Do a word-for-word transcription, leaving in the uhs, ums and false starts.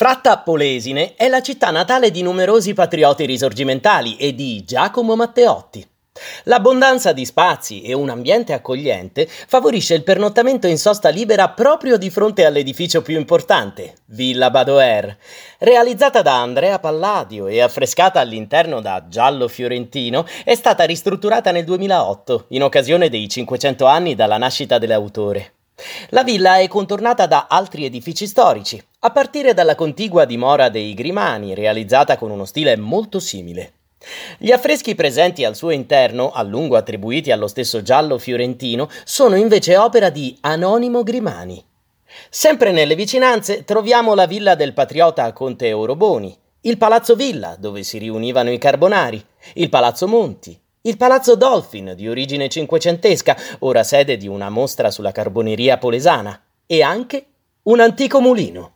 Fratta Polesine è la città natale di numerosi patrioti risorgimentali e di Giacomo Matteotti. L'abbondanza di spazi e un ambiente accogliente favorisce il pernottamento in sosta libera proprio di fronte all'edificio più importante, Villa Badoer. Realizzata da Andrea Palladio e affrescata all'interno da Giallo Fiorentino, è stata ristrutturata nel duemilaotto, in occasione dei cinquecento anni dalla nascita dell'autore. La villa è contornata da altri edifici storici, a partire dalla contigua dimora dei Grimani, realizzata con uno stile molto simile. Gli affreschi presenti al suo interno, a lungo attribuiti allo stesso Giallo Fiorentino, sono invece opera di Anonimo Grimani. Sempre nelle vicinanze troviamo la villa del patriota conte Oroboni, il Palazzo Villa, dove si riunivano i Carbonari, il Palazzo Monti, il Palazzo Dolfin, di origine cinquecentesca, ora sede di una mostra sulla carboneria polesana, e anche un antico mulino.